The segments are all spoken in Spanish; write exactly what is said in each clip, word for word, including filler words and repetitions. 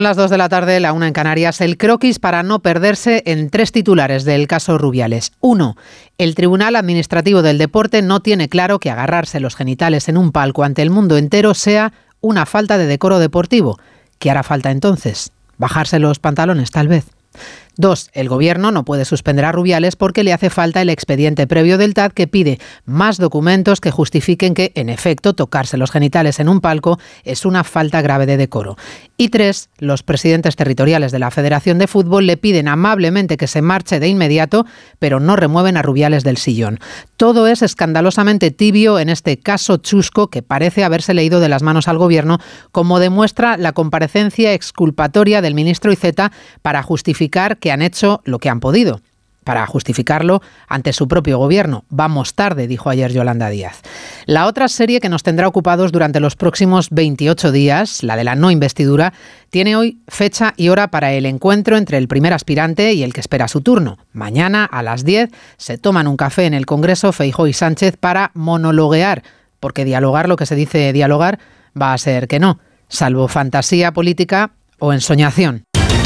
Las dos de la tarde, la una en Canarias, el croquis para no perderse en tres titulares del caso Rubiales. Uno, el Tribunal Administrativo del Deporte no tiene claro que agarrarse los genitales en un palco ante el mundo entero sea una falta de decoro deportivo. ¿Qué hará falta entonces? ¿Bajarse los pantalones, tal vez? Dos, el Gobierno no puede suspender a Rubiales porque le hace falta el expediente previo del T A D que pide más documentos que justifiquen que, en efecto, tocarse los genitales en un palco es una falta grave de decoro. Y tres, los presidentes territoriales de la Federación de Fútbol le piden amablemente que se marche de inmediato, pero no remueven a Rubiales del sillón. Todo es escandalosamente tibio en este caso chusco que parece haberse leído de las manos al Gobierno, como demuestra la comparecencia exculpatoria del ministro Iceta para justificar que han hecho lo que han podido. Para justificarlo ante su propio gobierno. Vamos tarde, dijo ayer Yolanda Díaz. La otra serie que nos tendrá ocupados durante los próximos veintiocho días, la de la no investidura, tiene hoy fecha y hora para el encuentro entre el primer aspirante y el que espera su turno. Mañana a las diez se toman un café en el Congreso Feijóo y Sánchez para monologuear, porque dialogar, lo que se dice dialogar, va a ser que no, salvo fantasía política o ensoñación.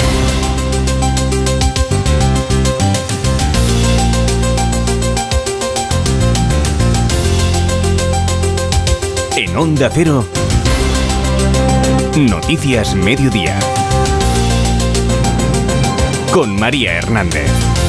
En Onda Cero, Noticias Mediodía, con María Hernández.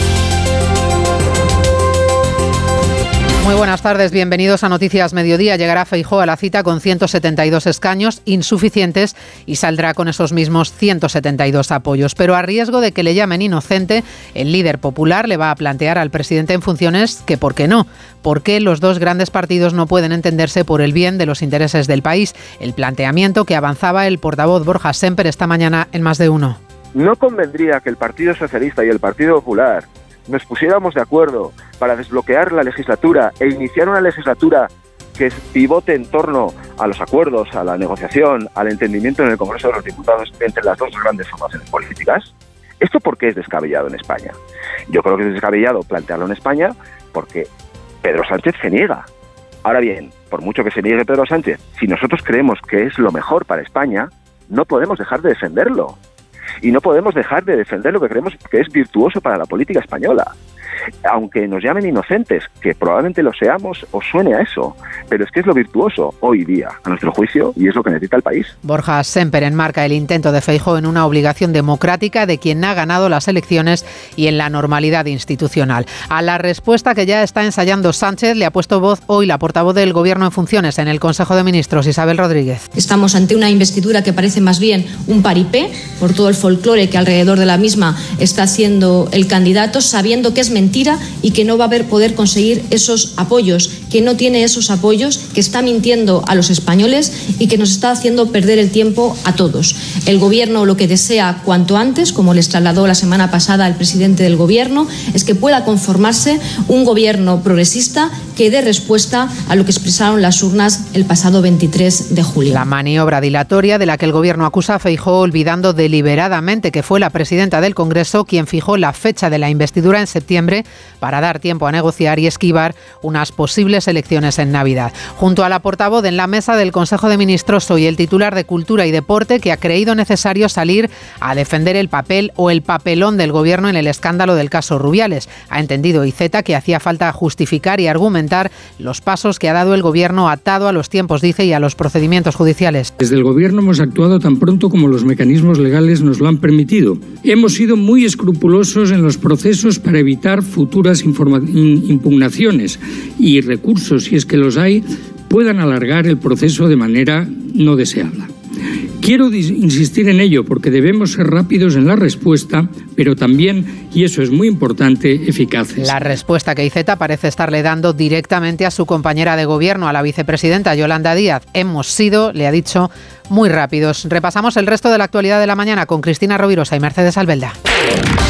Muy buenas tardes, bienvenidos a Noticias Mediodía. Llegará Feijóo a la cita con ciento setenta y dos escaños insuficientes y saldrá con esos mismos ciento setenta y dos apoyos. Pero a riesgo de que le llamen inocente, el líder popular le va a plantear al presidente en funciones que por qué no, por qué los dos grandes partidos no pueden entenderse por el bien de los intereses del país. El planteamiento que avanzaba el portavoz Borja Sémper esta mañana en Más de Uno. No convendría que el Partido Socialista y el Partido Popular nos pusiéramos de acuerdo para desbloquear la legislatura e iniciar una legislatura que pivote en torno a los acuerdos, a la negociación, al entendimiento en el Congreso de los Diputados entre las dos grandes formaciones políticas. ¿Esto por qué es descabellado en España? Yo creo que es descabellado plantearlo en España porque Pedro Sánchez se niega. Ahora bien, por mucho que se niegue Pedro Sánchez, si nosotros creemos que es lo mejor para España, no podemos dejar de defenderlo. Y no podemos dejar de defender lo que creemos que es virtuoso para la política española. Aunque nos llamen inocentes, que probablemente lo seamos o suene a eso, pero es que es lo virtuoso hoy día, a nuestro juicio, y es lo que necesita el país. Borja Sémper enmarca el intento de Feijóo en una obligación democrática de quien ha ganado las elecciones y en la normalidad institucional. A la respuesta que ya está ensayando Sánchez le ha puesto voz hoy la portavoz del Gobierno en funciones en el Consejo de Ministros, Isabel Rodríguez. Estamos ante una investidura que parece más bien un paripé, por todo el folclore que alrededor de la misma está haciendo el candidato, sabiendo que es mentira y que no va a haber poder conseguir esos apoyos, que no tiene esos apoyos, que está mintiendo a los españoles y que nos está haciendo perder el tiempo a todos. El Gobierno lo que desea cuanto antes, como les trasladó la semana pasada el presidente del Gobierno, es que pueda conformarse un Gobierno progresista que dé respuesta a lo que expresaron las urnas el pasado veintitrés de julio. La maniobra dilatoria de la que el Gobierno acusa a Feijóo, olvidando deliberadamente que fue la presidenta del Congreso quien fijó la fecha de la investidura en septiembre para dar tiempo a negociar y esquivar unas posibles elecciones en Navidad. Junto a la portavoz en la mesa del Consejo de Ministros, soy el titular de Cultura y Deporte que ha creído necesario salir a defender el papel o el papelón del Gobierno en el escándalo del caso Rubiales. Ha entendido Iceta que hacía falta justificar y argumentar los pasos que ha dado el Gobierno atado a los tiempos, dice, y a los procedimientos judiciales. Desde el Gobierno hemos actuado tan pronto como los mecanismos legales nos lo han permitido. Hemos sido muy escrupulosos en los procesos para evitar futuras informa- impugnaciones y recursos, si es que los hay, puedan alargar el proceso de manera no deseable. Quiero dis- insistir en ello porque debemos ser rápidos en la respuesta, pero también, y eso es muy importante, eficaces. La respuesta que Iceta parece estarle dando directamente a su compañera de gobierno, a la vicepresidenta Yolanda Díaz. Hemos sido, le ha dicho, muy rápidos. Repasamos el resto de la actualidad de la mañana con Cristina Rovirosa y Mercedes Albelda.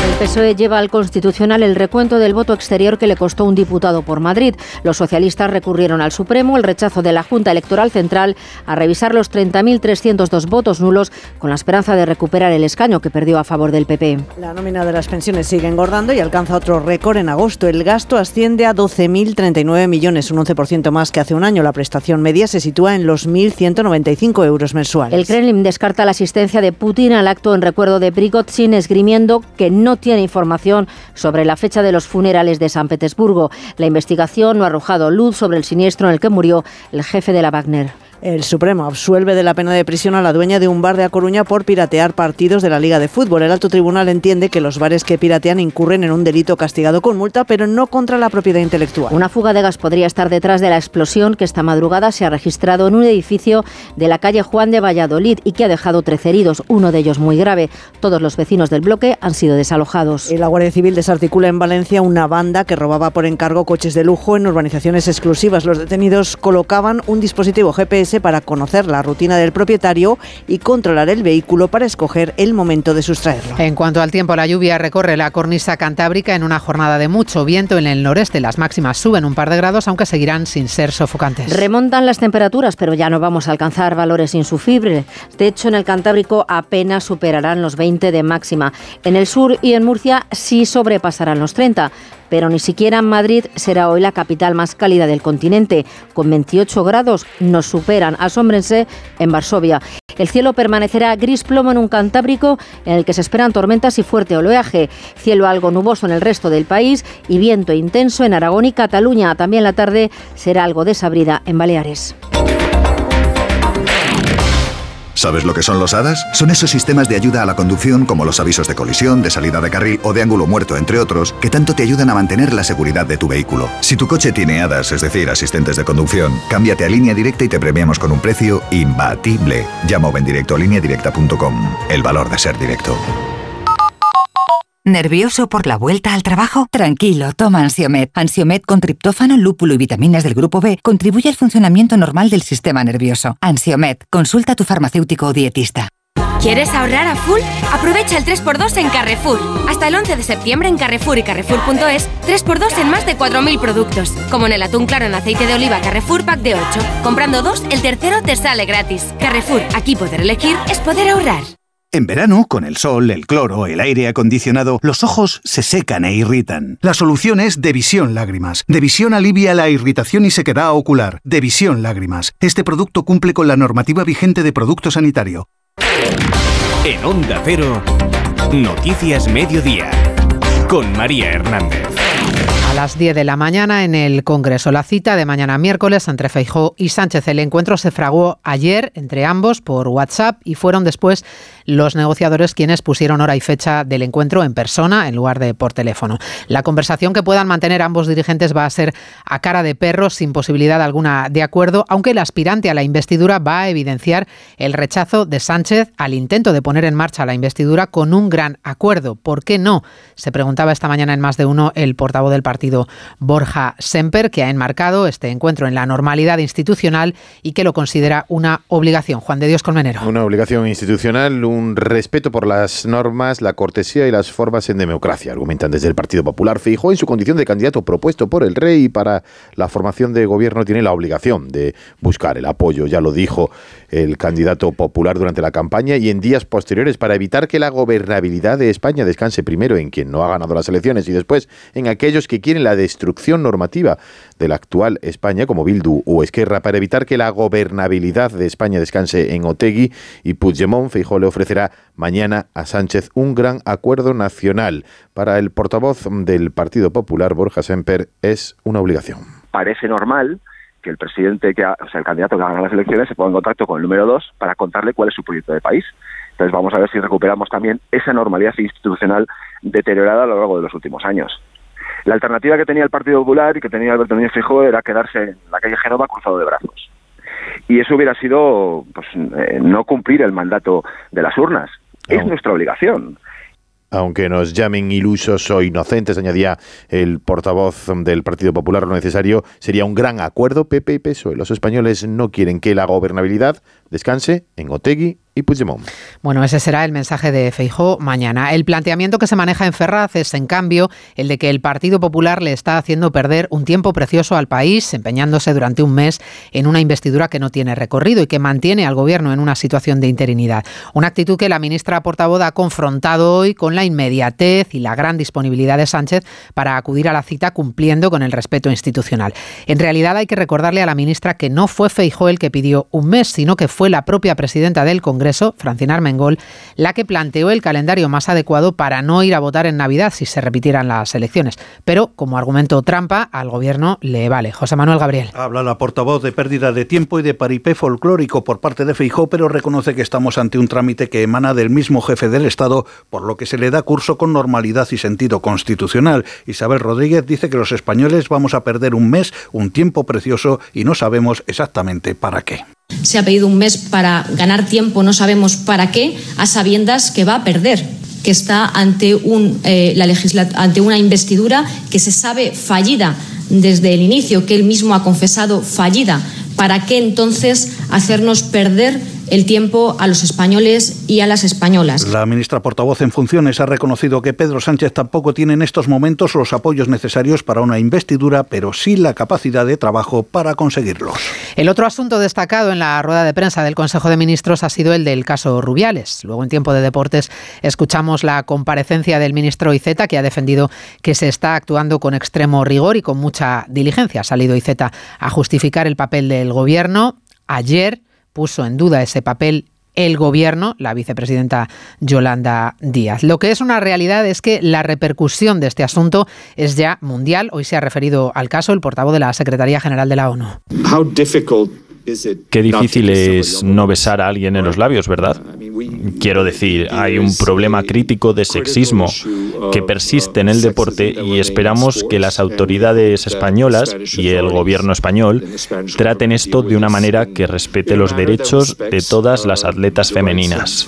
El P S O E lleva al Constitucional el recuento del voto exterior que le costó un diputado por Madrid. Los socialistas recurrieron al Supremo el rechazo de la Junta Electoral Central a revisar los treinta mil trescientos dos votos nulos con la esperanza de recuperar el escaño que perdió a favor del P P. La nómina de las pensiones sigue engordando y alcanza otro récord en agosto. El gasto asciende a doce mil treinta y nueve millones, un once por ciento más que hace un año. La prestación media se sitúa en los mil ciento noventa y cinco euros mensuales. El Kremlin descarta la asistencia de Putin al acto en recuerdo de Prigozhin, esgrimiendo que no tiene información sobre la fecha de los funerales de San Petersburgo. La investigación no ha arrojado luz sobre el siniestro en el que murió el jefe de la Wagner. El Supremo absuelve de la pena de prisión a la dueña de un bar de A Coruña por piratear partidos de la Liga de Fútbol. El alto tribunal entiende que los bares que piratean incurren en un delito castigado con multa, pero no contra la propiedad intelectual. Una fuga de gas podría estar detrás de la explosión que esta madrugada se ha registrado en un edificio de la calle Juan de Valladolid y que ha dejado trece heridos, uno de ellos muy grave. Todos los vecinos del bloque han sido desalojados. Y la Guardia Civil desarticula en Valencia una banda que robaba por encargo coches de lujo en urbanizaciones exclusivas. Los detenidos colocaban un dispositivo G P S para conocer la rutina del propietario y controlar el vehículo para escoger el momento de sustraerlo. En cuanto al tiempo, la lluvia recorre la cornisa cantábrica en una jornada de mucho viento en el noreste. Las máximas suben un par de grados, aunque seguirán sin ser sofocantes. Remontan las temperaturas, pero ya no vamos a alcanzar valores insufribles. De hecho, en el Cantábrico apenas superarán los veinte de máxima. En el sur y en Murcia sí sobrepasarán los treinta. Pero ni siquiera Madrid será hoy la capital más cálida del continente. Con veintiocho grados nos superan, asómbrense, en Varsovia. El cielo permanecerá gris plomo en un Cantábrico en el que se esperan tormentas y fuerte oleaje. Cielo algo nuboso en el resto del país y viento intenso en Aragón y Cataluña. También la tarde será algo desabrida en Baleares. ¿Sabes lo que son los A D A S? Son esos sistemas de ayuda a la conducción como los avisos de colisión, de salida de carril o de ángulo muerto, entre otros, que tanto te ayudan a mantener la seguridad de tu vehículo. Si tu coche tiene A D A S, es decir, asistentes de conducción, cámbiate a Línea Directa y te premiamos con un precio imbatible. Llama o ven directo a línea directa punto com. El valor de ser directo. ¿Nervioso por la vuelta al trabajo? Tranquilo, toma Ansiomed. Ansiomed con triptófano, lúpulo y vitaminas del grupo B contribuye al funcionamiento normal del sistema nervioso. Ansiomed, consulta a tu farmacéutico o dietista. ¿Quieres ahorrar a full? Aprovecha el tres por dos en Carrefour. Hasta el once de septiembre en Carrefour y Carrefour punto es, tres por dos en más de cuatro mil productos. Como en el atún claro en aceite de oliva Carrefour Pack de ocho. Comprando dos, el tercero te sale gratis. Carrefour, aquí poder elegir es poder ahorrar. En verano, con el sol, el cloro, el aire acondicionado, los ojos se secan e irritan. La solución es Devisión Lágrimas. Devisión alivia la irritación y sequedad ocular. Devisión Lágrimas. Este producto cumple con la normativa vigente de producto sanitario. En Onda Cero, Noticias Mediodía, con María Hernández. A las diez de la mañana en el Congreso. La cita de mañana miércoles entre Feijóo y Sánchez. El encuentro se fraguó ayer entre ambos por WhatsApp y fueron después los negociadores quienes pusieron hora y fecha del encuentro en persona en lugar de por teléfono. La conversación que puedan mantener ambos dirigentes va a ser a cara de perro, sin posibilidad alguna de acuerdo, aunque el aspirante a la investidura va a evidenciar el rechazo de Sánchez al intento de poner en marcha la investidura con un gran acuerdo. ¿Por qué no? Se preguntaba esta mañana en Más de Uno el portavoz del partido, Borja Semper, que ha enmarcado este encuentro en la normalidad institucional y que lo considera una obligación. Juan de Dios Colmenero. Una obligación institucional, un respeto por las normas, la cortesía y las formas en democracia, argumentan desde el Partido Popular. Feijóo, en su condición de candidato propuesto por el Rey para la formación de gobierno, tiene la obligación de buscar el apoyo, ya lo dijo el candidato popular durante la campaña y en días posteriores, para evitar que la gobernabilidad de España descanse primero en quien no ha ganado las elecciones y después en aquellos que quieren la destrucción normativa de la actual España, como Bildu o Esquerra, para evitar que la gobernabilidad de España descanse en Otegi y Puigdemont. Feijóo le ofrecerá mañana a Sánchez un gran acuerdo nacional. Para el portavoz del Partido Popular, Borja Semper, es una obligación. Parece normal que el presidente, que ha, o sea, el candidato que ha ganado las elecciones se ponga en contacto con el número dos para contarle cuál es su proyecto de país. Entonces vamos a ver si recuperamos también esa normalidad institucional deteriorada a lo largo de los últimos años. La alternativa que tenía el Partido Popular y que tenía Alberto Núñez Feijóo era quedarse en la calle Génova cruzado de brazos. Y eso hubiera sido pues, eh, no cumplir el mandato de las urnas. Es oh. nuestra obligación. Aunque nos llamen ilusos o inocentes, añadía el portavoz del Partido Popular, lo necesario sería un gran acuerdo P P y P S O E. Los españoles no quieren que la gobernabilidad descanse en Otegi y Puigdemont. Bueno, ese será el mensaje de Feijóo mañana. El planteamiento que se maneja en Ferraz es, en cambio, el de que el Partido Popular le está haciendo perder un tiempo precioso al país, empeñándose durante un mes en una investidura que no tiene recorrido y que mantiene al Gobierno en una situación de interinidad. Una actitud que la ministra portavoz ha confrontado hoy con la inmediatez y la gran disponibilidad de Sánchez para acudir a la cita cumpliendo con el respeto institucional. En realidad hay que recordarle a la ministra que no fue Feijóo el que pidió un mes, sino que fue la propia presidenta del Congreso, Francina Armengol, la que planteó el calendario más adecuado para no ir a votar en Navidad si se repitieran las elecciones. Pero, como argumento trampa, al Gobierno le vale. José Manuel Gabriel. Habla la portavoz de pérdida de tiempo y de paripé folclórico por parte de Feijóo, pero reconoce que estamos ante un trámite que emana del mismo jefe del Estado, por lo que se le da curso con normalidad y sentido constitucional. Isabel Rodríguez dice que los españoles vamos a perder un mes, un tiempo precioso, y no sabemos exactamente para qué. Se ha pedido un mes para ganar tiempo, no sabemos para qué, a sabiendas que va a perder, que está ante, un, eh, la legisla- ante una investidura que se sabe fallida desde el inicio, que él mismo ha confesado fallida. ¿Para qué entonces hacernos perder el tiempo a los españoles y a las españolas? La ministra portavoz en funciones ha reconocido que Pedro Sánchez tampoco tiene en estos momentos los apoyos necesarios para una investidura, pero sí la capacidad de trabajo para conseguirlos. El otro asunto destacado en la rueda de prensa del Consejo de Ministros ha sido el del caso Rubiales. Luego, en tiempo de deportes, escuchamos la comparecencia del ministro Iceta, que ha defendido que se está actuando con extremo rigor y con mucha diligencia. Ha salido Iceta a justificar el papel del Gobierno. Ayer puso en duda ese papel el Gobierno, la vicepresidenta Yolanda Díaz. Lo que es una realidad es que la repercusión de este asunto es ya mundial. Hoy se ha referido al caso el portavoz de la Secretaría General de la ONU. Qué difícil es no besar a alguien en los labios, ¿verdad? Quiero decir, hay un problema crítico de sexismo que persiste en el deporte y esperamos que las autoridades españolas y el gobierno español traten esto de una manera que respete los derechos de todas las atletas femeninas.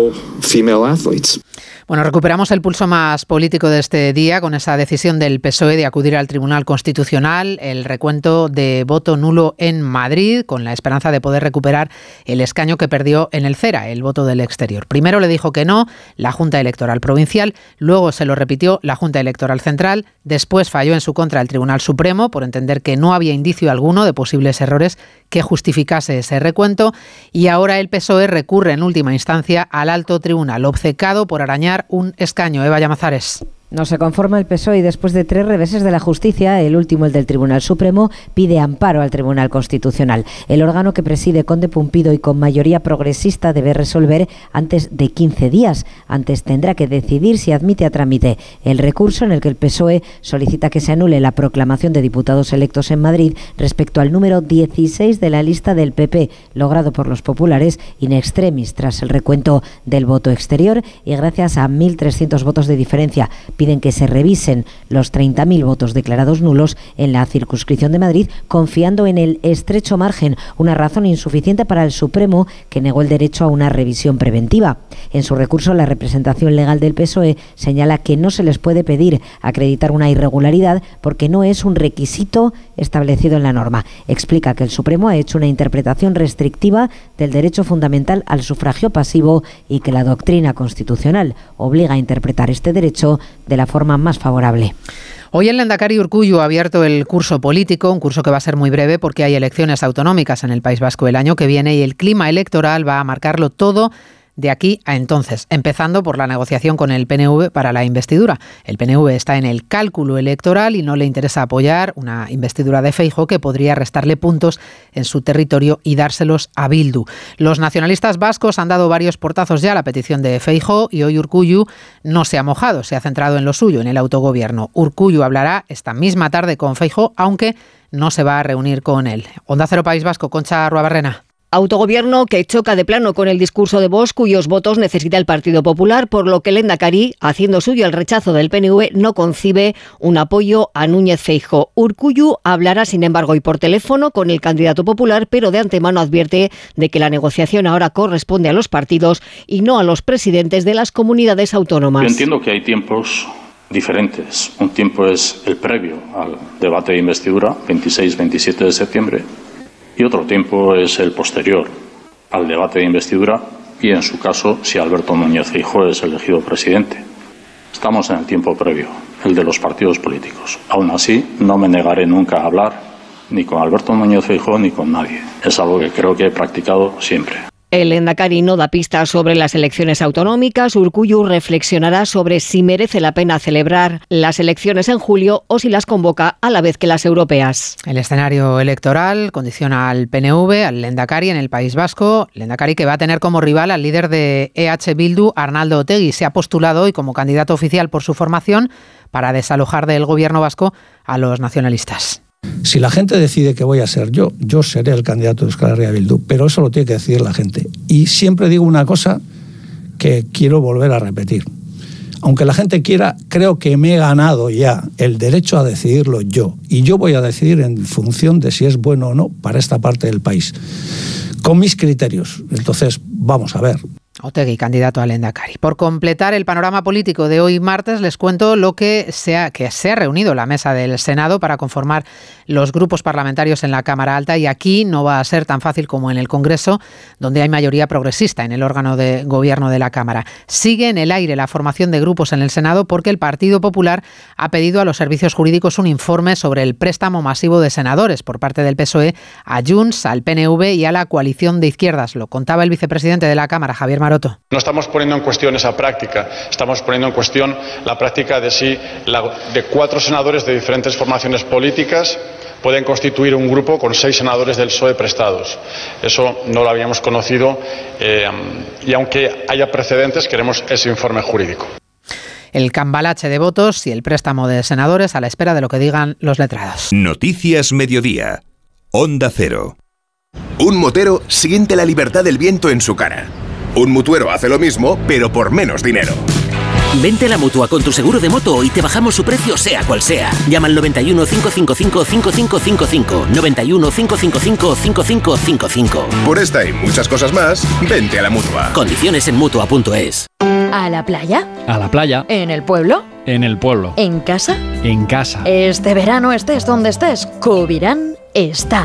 Bueno, recuperamos el pulso más político de este día con esa decisión del P S O E de acudir al Tribunal Constitucional, el recuento de voto nulo en Madrid, con la esperanza de poder recuperar el escaño que perdió en el CERA, el voto del exterior. Primero le dijo que no la Junta Electoral Provincial, luego se lo repitió la Junta Electoral Central, después falló en su contra el Tribunal Supremo por entender que no había indicio alguno de posibles errores que justificase ese recuento, y ahora el P S O E recurre en última instancia al alto tribunal, obcecado por arañar un escaño. Eva Llamazares. No se conforma el P S O E y después de tres reveses de la justicia, el último, el del Tribunal Supremo, pide amparo al Tribunal Constitucional. El órgano que preside Conde Pumpido y con mayoría progresista debe resolver antes de quince días. Antes tendrá que decidir si admite a trámite el recurso en el que el P S O E solicita que se anule la proclamación de diputados electos en Madrid respecto al número dieciséis de la lista del P P, logrado por los populares in extremis tras el recuento del voto exterior y gracias a mil trescientos votos de diferencia. Piden que se revisen los treinta mil votos declarados nulos en la circunscripción de Madrid, confiando en el estrecho margen, una razón insuficiente para el Supremo, que negó el derecho a una revisión preventiva. En su recurso, la representación legal del P S O E señala que no se les puede pedir acreditar una irregularidad porque no es un requisito establecido en la norma. Explica que el Supremo ha hecho una interpretación restrictiva del derecho fundamental al sufragio pasivo y que la doctrina constitucional obliga a interpretar este derecho de la forma más favorable. Hoy el Lehendakari Urkullu ha abierto el curso político, un curso que va a ser muy breve porque hay elecciones autonómicas en el País Vasco el año que viene y el clima electoral va a marcarlo todo de aquí a entonces, empezando por la negociación con el P N V para la investidura. El P N V está en el cálculo electoral y no le interesa apoyar una investidura de Feijóo que podría restarle puntos en su territorio y dárselos a Bildu. Los nacionalistas vascos han dado varios portazos ya a la petición de Feijóo y hoy Urkullu no se ha mojado, se ha centrado en lo suyo, en el autogobierno. Urkullu hablará esta misma tarde con Feijóo, aunque no se va a reunir con él. Onda Cero País Vasco, Concha Ruabarrena. Autogobierno que choca de plano con el discurso de Vox, cuyos votos necesita el Partido Popular, por lo que el Lehendakari, haciendo suyo el rechazo del P N V, no concibe un apoyo a Núñez Feijóo. Urkullu hablará, sin embargo, hoy por teléfono con el candidato popular, pero de antemano advierte de que la negociación ahora corresponde a los partidos y no a los presidentes de las comunidades autónomas. Yo entiendo que hay tiempos diferentes. Un tiempo es el previo al debate de investidura, veintiséis veintisiete de septiembre, y otro tiempo es el posterior al debate de investidura, y, en su caso, si Alberto Núñez Feijóo es elegido presidente. Estamos en el tiempo previo, el de los partidos políticos. Aún así, no me negaré nunca a hablar ni con Alberto Núñez Feijóo ni con nadie. Es algo que creo que he practicado siempre. El Lehendakari no da pistas sobre las elecciones autonómicas. Urkullu reflexionará sobre si merece la pena celebrar las elecciones en julio o si las convoca a la vez que las europeas. El escenario electoral condiciona al P N V, al Lehendakari en el País Vasco. Lehendakari que va a tener como rival al líder de E H Bildu, Arnaldo Otegi. Se ha postulado hoy como candidato oficial por su formación para desalojar del gobierno vasco a los nacionalistas. Si la gente decide que voy a ser yo, yo seré el candidato de Euskal Herria Bildu, pero eso lo tiene que decidir la gente. Y siempre digo una cosa que quiero volver a repetir. Aunque la gente quiera, creo que me he ganado ya el derecho a decidirlo yo. Y yo voy a decidir en función de si es bueno o no para esta parte del país, con mis criterios. Entonces, vamos a ver. Otegi, candidato al Lehendakari. Por completar el panorama político de hoy martes, les cuento lo que se ha, que se ha reunido la mesa del Senado para conformar los grupos parlamentarios en la Cámara Alta, y aquí no va a ser tan fácil como en el Congreso, donde hay mayoría progresista en el órgano de gobierno de la Cámara. Sigue en el aire la formación de grupos en el Senado porque el Partido Popular ha pedido a los servicios jurídicos un informe sobre el préstamo masivo de senadores por parte del P S O E a Junts, al P N V y a la coalición de izquierdas. Lo contaba el vicepresidente de la Cámara, Javier Maroto. No estamos poniendo en cuestión esa práctica, estamos poniendo en cuestión la práctica de si la, de cuatro senadores de diferentes formaciones políticas pueden constituir un grupo con seis senadores del P S O E prestados. Eso no lo habíamos conocido eh, y aunque haya precedentes, queremos ese informe jurídico. El cambalache de votos y el préstamo de senadores a la espera de lo que digan los letrados. Noticias Mediodía. Onda Cero. Un motero siente la libertad del viento en su cara. Un mutuero hace lo mismo, pero por menos dinero. Vente a la Mutua con tu seguro de moto y te bajamos su precio sea cual sea. Llama al noventa y uno, cinco cinco cinco, cinco cinco cinco cinco. noventa y uno, cinco cinco cinco, cinco cinco cinco cinco. Por esta y muchas cosas más, vente a la Mutua. Condiciones en Mutua punto es. ¿A la playa? A la playa. ¿En el pueblo? En el pueblo. ¿En casa? En casa. Este verano estés donde estés, Covirán está.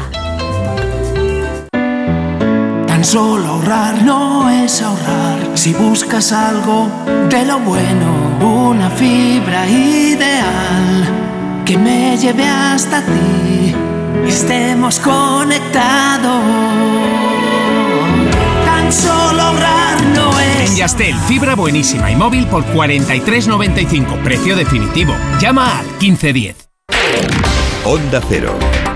Tan solo ahorrar no es ahorrar. Si buscas algo de lo bueno, una fibra ideal que me lleve hasta ti, estemos conectados. Tan solo ahorrar no es. En Yastel, fibra buenísima y móvil por cuarenta y tres noventa y cinco, precio definitivo. Llama al quince diez. Onda Cero.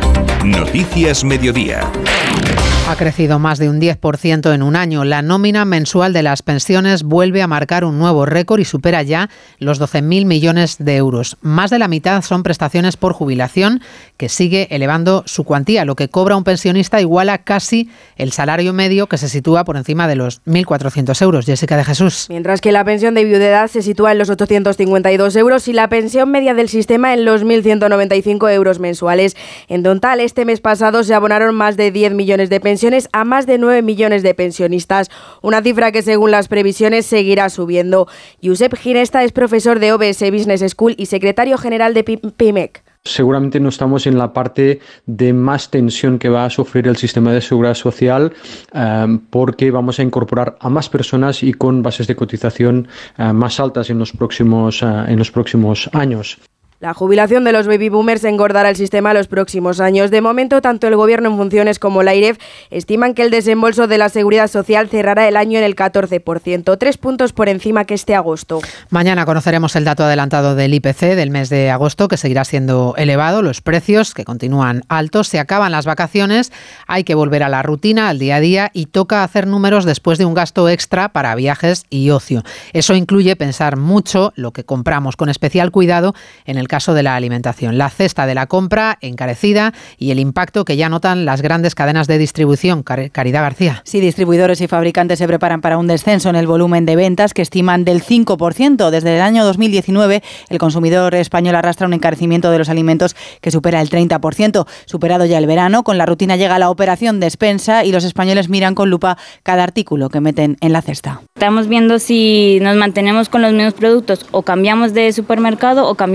Noticias Mediodía. Ha crecido más de un diez por ciento en un año. La nómina mensual de las pensiones vuelve a marcar un nuevo récord y supera ya los doce mil millones de euros. Más de la mitad son prestaciones por jubilación, que sigue elevando su cuantía. Lo que cobra un pensionista iguala casi el salario medio, que se sitúa por encima de los mil cuatrocientos euros. Jessica de Jesús. Mientras que la pensión de viudedad se sitúa en los ochocientos cincuenta y dos euros y la pensión media del sistema en los mil ciento noventa y cinco euros mensuales. En total, este mes pasado se abonaron más de diez millones de pensiones a más de nueve millones de pensionistas, una cifra que según las previsiones seguirá subiendo. Josep Ginesta es profesor de O B S Business School y secretario general de PIMEC. Seguramente no estamos en la parte de más tensión que va a sufrir el sistema de seguridad social eh, porque vamos a incorporar a más personas y con bases de cotización eh, más altas en los próximos, eh, en los próximos años. La jubilación de los baby boomers engordará el sistema los próximos años. De momento, tanto el Gobierno en funciones como la AIREF estiman que el desembolso de la Seguridad Social cerrará el año en el catorce por ciento, tres puntos por encima que este agosto. Mañana conoceremos el dato adelantado del I P C del mes de agosto, que seguirá siendo elevado. Los precios, que continúan altos. Se acaban las vacaciones, hay que volver a la rutina, al día a día, y toca hacer números después de un gasto extra para viajes y ocio. Eso incluye pensar mucho lo que compramos, con especial cuidado en el caso de la alimentación. La cesta de la compra encarecida y el impacto que ya notan las grandes cadenas de distribución. Caridad García. Sí, distribuidores y fabricantes se preparan para un descenso en el volumen de ventas, que estiman del cinco por ciento. Desde el año dos mil diecinueve, el consumidor español arrastra un encarecimiento de los alimentos que supera el treinta por ciento. Superado ya el verano, con la rutina llega la operación despensa y los españoles miran con lupa cada artículo que meten en la cesta. Estamos viendo si nos mantenemos con los mismos productos o cambiamos de supermercado o cambiamos directamente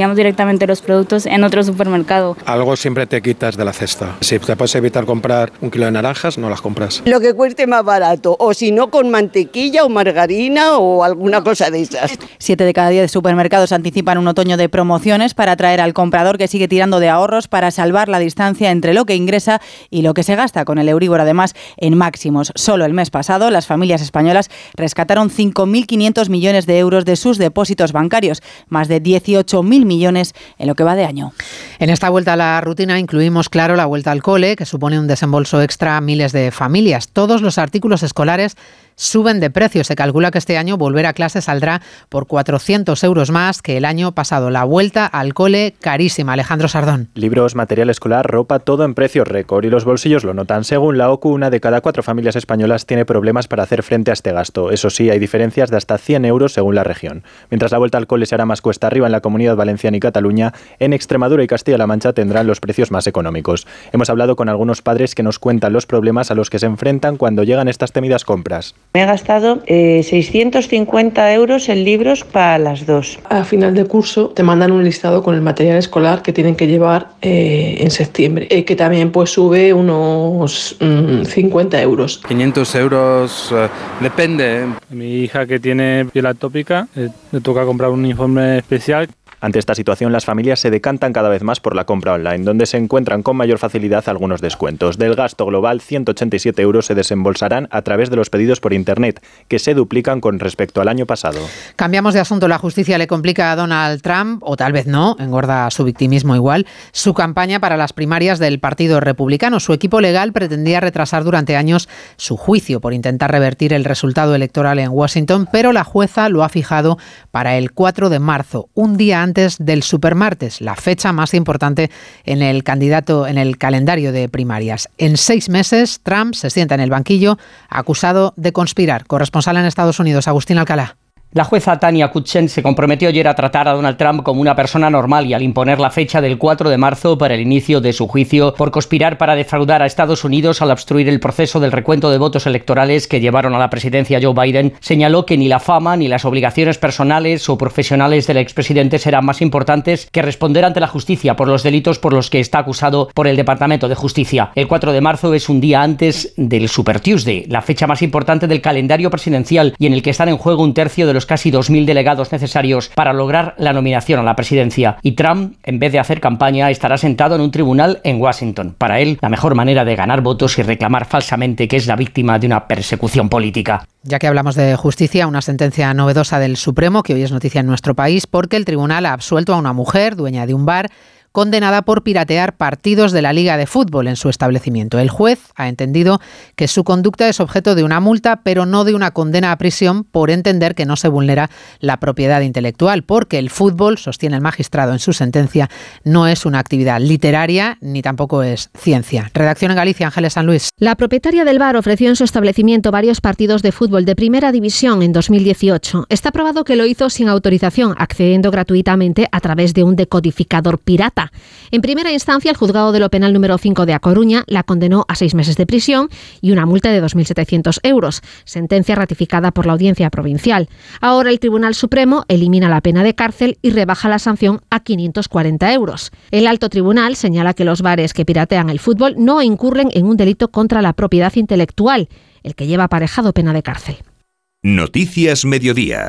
directamente los productos en otro supermercado. Algo siempre te quitas de la cesta. Si te puedes evitar comprar un kilo de naranjas, no las compras. Lo que cueste más barato, o si no con mantequilla o margarina o alguna cosa de esas. Siete de cada diez supermercados anticipan un otoño de promociones para atraer al comprador que sigue tirando de ahorros para salvar la distancia entre lo que ingresa y lo que se gasta, con el Euríbor además en máximos. Solo el mes pasado las familias españolas rescataron cinco mil quinientos millones de euros de sus depósitos bancarios, más de dieciocho mil millones en lo que va de año. En esta vuelta a la rutina incluimos, claro, la vuelta al cole, que supone un desembolso extra a miles de familias. Todos los artículos escolares suben de precio. Se calcula que este año volver a clase saldrá por cuatrocientos euros más que el año pasado. La vuelta al cole carísima. Alejandro Sardón. Libros, material escolar, ropa, todo en precios récord, y los bolsillos lo notan. Según la O C U, una de cada cuatro familias españolas tiene problemas para hacer frente a este gasto. Eso sí, hay diferencias de hasta cien euros según la región. Mientras la vuelta al cole será más cuesta arriba en la Comunidad Valenciana y Cataluña, en Extremadura y Castilla-La Mancha tendrán los precios más económicos. Hemos hablado con algunos padres que nos cuentan los problemas a los que se enfrentan cuando llegan estas temidas compras. Me he gastado eh, seiscientos cincuenta euros en libros para las dos. A final de curso te mandan un listado con el material escolar que tienen que llevar eh, en septiembre, eh, que también pues sube unos mmm, cincuenta euros. quinientos euros, eh, depende. Mi hija, que tiene piel atópica, eh, le toca comprar un uniforme especial. Ante esta situación, las familias se decantan cada vez más por la compra online, donde se encuentran con mayor facilidad algunos descuentos. Del gasto global, ciento ochenta y siete euros se desembolsarán a través de los pedidos por Internet, que se duplican con respecto al año pasado. Cambiamos de asunto. La justicia le complica a Donald Trump, o tal vez no, engorda su victimismo igual, su campaña para las primarias del Partido Republicano. Su equipo legal pretendía retrasar durante años su juicio por intentar revertir el resultado electoral en Washington, pero la jueza lo ha fijado para el cuatro de marzo, un día antes del supermartes, la fecha más importante en el candidato en el calendario de primarias. En seis meses, Trump se sienta en el banquillo acusado de conspirar. Corresponsal en Estados Unidos, Agustín Alcalá. La jueza Tanya Kutchen se comprometió ayer a tratar a Donald Trump como una persona normal y al imponer la fecha del cuatro de marzo para el inicio de su juicio por conspirar para defraudar a Estados Unidos al obstruir el proceso del recuento de votos electorales que llevaron a la presidencia Joe Biden, señaló que ni la fama ni las obligaciones personales o profesionales del expresidente serán más importantes que responder ante la justicia por los delitos por los que está acusado por el Departamento de Justicia. El cuatro de marzo es un día antes del Super Tuesday, la fecha más importante del calendario presidencial y en el que están en juego un tercio de los casi dos mil delegados necesarios para lograr la nominación a la presidencia. Y Trump, en vez de hacer campaña, estará sentado en un tribunal en Washington. Para él, la mejor manera de ganar votos y reclamar falsamente que es la víctima de una persecución política. Ya que hablamos de justicia, una sentencia novedosa del Supremo que hoy es noticia en nuestro país porque el tribunal ha absuelto a una mujer, dueña de un bar, condenada por piratear partidos de la Liga de Fútbol en su establecimiento. El juez ha entendido que su conducta es objeto de una multa, pero no de una condena a prisión, por entender que no se vulnera la propiedad intelectual, porque el fútbol, sostiene el magistrado en su sentencia, no es una actividad literaria ni tampoco es ciencia. Redacción en Galicia, Ángeles San Luis. La propietaria del bar ofreció en su establecimiento varios partidos de fútbol de primera división en dos mil dieciocho. Está probado que lo hizo sin autorización, accediendo gratuitamente a través de un decodificador pirata. En primera instancia, el juzgado de lo penal número cinco de A Coruña la condenó a seis meses de prisión y una multa de dos mil setecientos euros, sentencia ratificada por la Audiencia Provincial. Ahora el Tribunal Supremo elimina la pena de cárcel y rebaja la sanción a quinientos cuarenta euros. El Alto Tribunal señala que los bares que piratean el fútbol no incurren en un delito contra la propiedad intelectual, el que lleva aparejado pena de cárcel. Noticias Mediodía.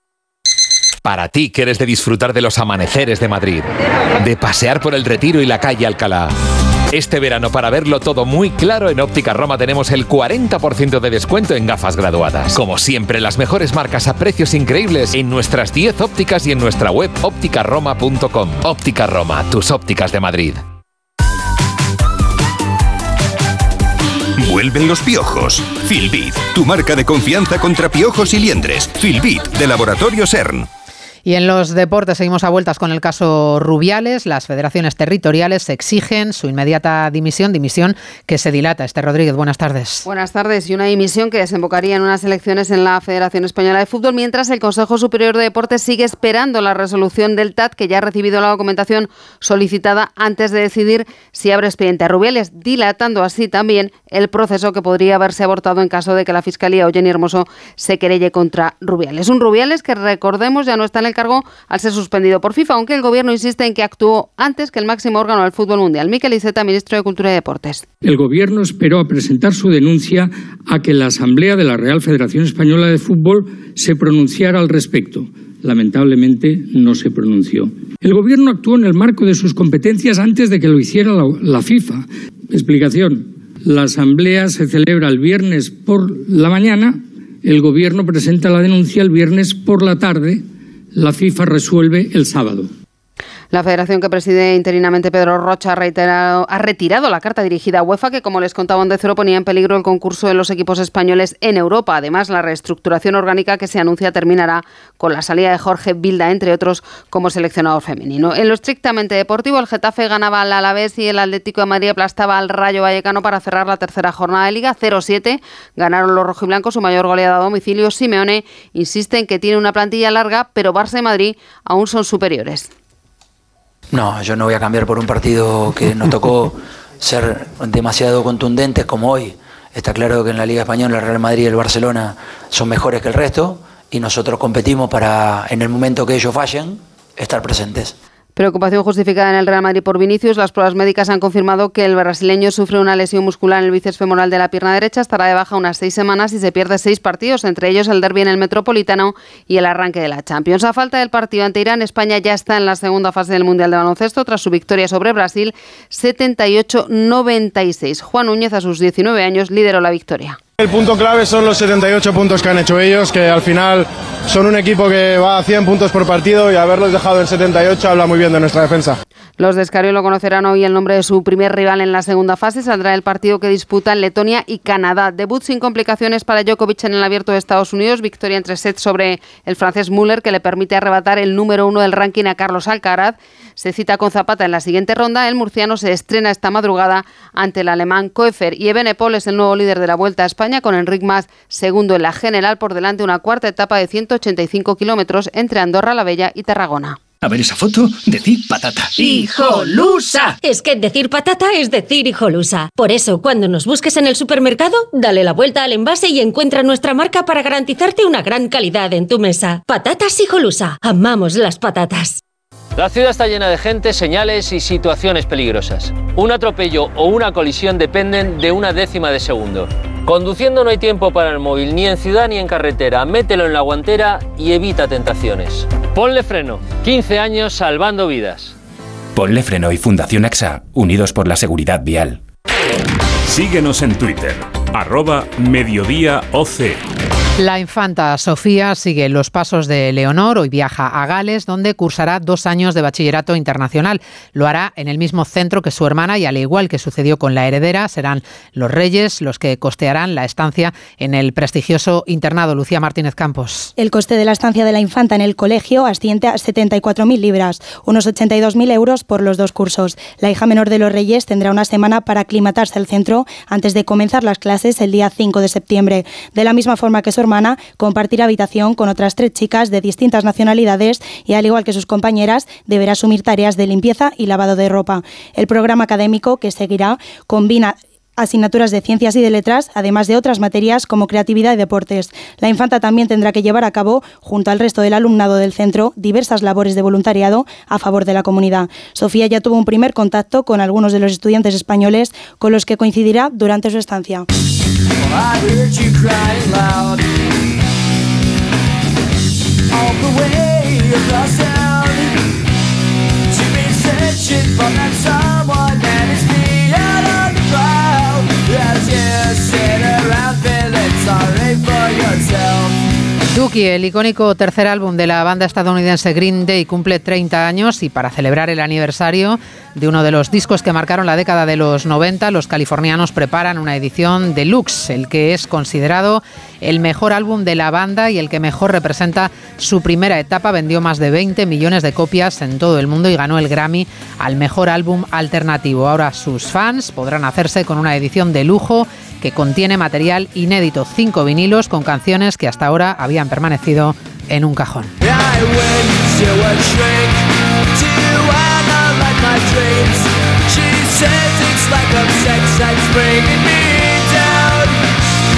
Para ti que eres de disfrutar de los amaneceres de Madrid, de pasear por el Retiro y la calle Alcalá. Este verano, para verlo todo muy claro, en Óptica Roma tenemos el cuarenta por ciento de descuento en gafas graduadas. Como siempre, las mejores marcas a precios increíbles en nuestras diez ópticas y en nuestra web óptica roma punto com. Óptica Roma, tus ópticas de Madrid. Vuelven los piojos. Filbit, tu marca de confianza contra piojos y liendres. Filbit, de Laboratorio CERN. Y en los deportes seguimos a vueltas con el caso Rubiales. Las federaciones territoriales exigen su inmediata dimisión, dimisión que se dilata. Esther Rodríguez, buenas tardes. Buenas tardes. Y una dimisión que desembocaría en unas elecciones en la Federación Española de Fútbol, mientras el Consejo Superior de Deportes sigue esperando la resolución del T A T, que ya ha recibido la documentación solicitada antes de decidir si abre expediente a Rubiales, dilatando así también el proceso que podría haberse abortado en caso de que la Fiscalía o Jenny Hermoso se querelle contra Rubiales. Un Rubiales que, recordemos, ya no está en el el cargo al ser suspendido por FIFA, aunque el Gobierno insiste en que actuó antes que el máximo órgano del fútbol mundial. Mikel Iceta, ministro de Cultura y Deportes. El Gobierno esperó a presentar su denuncia a que la Asamblea de la Real Federación Española de Fútbol se pronunciara al respecto. Lamentablemente no se pronunció. El Gobierno actuó en el marco de sus competencias antes de que lo hiciera la, la FIFA. Explicación. La Asamblea se celebra el viernes por la mañana, el Gobierno presenta la denuncia el viernes por la tarde, la FIFA resuelve el sábado. La federación que preside interinamente Pedro Rocha ha, reiterado, ha retirado la carta dirigida a UEFA que, como les contaba Onda Cero, ponía en peligro el concurso de los equipos españoles en Europa. Además, la reestructuración orgánica que se anuncia terminará con la salida de Jorge Vilda, entre otros, como seleccionador femenino. En lo estrictamente deportivo, el Getafe ganaba al Alavés y el Atlético de Madrid aplastaba al Rayo Vallecano para cerrar la tercera jornada de Liga. cero siete ganaron los rojiblancos, su mayor goleada a domicilio. Simeone insiste en que tiene una plantilla larga, pero Barça y Madrid aún son superiores. No, yo no voy a cambiar por un partido que nos tocó ser demasiado contundentes como hoy. Está claro que en la Liga Española el Real Madrid y el Barcelona son mejores que el resto y nosotros competimos para, en el momento que ellos fallen, estar presentes. Preocupación justificada en el Real Madrid por Vinicius. Las pruebas médicas han confirmado que el brasileño sufre una lesión muscular en el bíceps femoral de la pierna derecha. Estará de baja unas seis semanas y se pierde seis partidos, entre ellos el derbi en el Metropolitano y el arranque de la Champions. A falta del partido ante Irán, España ya está en la segunda fase del Mundial de Baloncesto tras su victoria sobre Brasil setenta y ocho noventa y seis. Juan Núñez, a sus diecinueve años, lideró la victoria. El punto clave son los setenta y ocho puntos que han hecho ellos, que al final son un equipo que va a cien puntos por partido y haberlos dejado en setenta y ocho habla muy bien de nuestra defensa. Los de Escariolo conocerán hoy el nombre de su primer rival en la segunda fase. Saldrá el partido que disputan Letonia y Canadá. Debut sin complicaciones para Djokovic en el Abierto de Estados Unidos. Victoria en tres sets sobre el francés Müller, que le permite arrebatar el número uno del ranking a Carlos Alcaraz. Se cita con Zapata en la siguiente ronda. El murciano se estrena esta madrugada ante el alemán Koepfer. Y Evenepoel es el nuevo líder de la Vuelta a España, con Enric Mas segundo en la general, por delante una cuarta etapa de ciento ochenta y cinco kilómetros entre Andorra la Vella y Tarragona. A ver esa foto, decir patata. ¡Hijolusa! Es que decir patata es decir hijolusa. Por eso, cuando nos busques en el supermercado, dale la vuelta al envase y encuentra nuestra marca para garantizarte una gran calidad en tu mesa. Patatas Hijolusa. Amamos las patatas. La ciudad está llena de gente, señales y situaciones peligrosas. Un atropello o una colisión dependen de una décima de segundo. Conduciendo no hay tiempo para el móvil, ni en ciudad ni en carretera. Mételo en la guantera y evita tentaciones. Ponle Freno, quince años salvando vidas. Ponle Freno y Fundación AXA, unidos por la seguridad vial. Síguenos en Twitter, arroba Mediodía O C. La infanta Sofía sigue los pasos de Leonor. Hoy viaja a Gales, donde cursará dos años de bachillerato internacional. Lo hará en el mismo centro que su hermana y, al igual que sucedió con la heredera, serán los reyes los que costearán la estancia en el prestigioso internado. Lucía Martínez Campos. El coste de la estancia de la infanta en el colegio asciende a setenta y cuatro mil libras, unos ochenta y dos mil euros por los dos cursos. La hija menor de los reyes tendrá una semana para aclimatarse al centro antes de comenzar las clases el día cinco de septiembre. De la misma forma que su hermana, compartirá habitación con otras tres chicas de distintas nacionalidades y, al igual que sus compañeras, deberá asumir tareas de limpieza y lavado de ropa. El programa académico que seguirá combina asignaturas de ciencias y de letras, además de otras materias como creatividad y deportes. La infanta también tendrá que llevar a cabo, junto al resto del alumnado del centro, diversas labores de voluntariado a favor de la comunidad. Sofía ya tuvo un primer contacto con algunos de los estudiantes españoles con los que coincidirá durante su estancia. Dookie, el icónico tercer álbum de la banda estadounidense Green Day, cumple treinta años y, para celebrar el aniversario de uno de los discos que marcaron la década de los noventa, los californianos preparan una edición deluxe, el que es considerado el mejor álbum de la banda y el que mejor representa su primera etapa. Vendió más de veinte millones de copias en todo el mundo y ganó el Grammy al mejor álbum alternativo. Ahora sus fans podrán hacerse con una edición de lujo que contiene material inédito, cinco vinilos con canciones que hasta ahora habían permanecido en un cajón.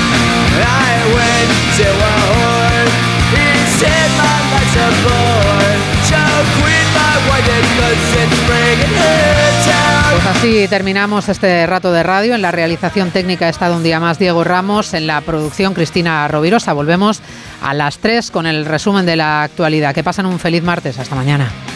I went to a whore, he said my life's a bore. Así terminamos este rato de radio. En la realización técnica ha estado un día más Diego Ramos, en la producción Cristina Rovirosa. Volvemos a las tres con el resumen de la actualidad. Que pasen un feliz martes. Hasta mañana.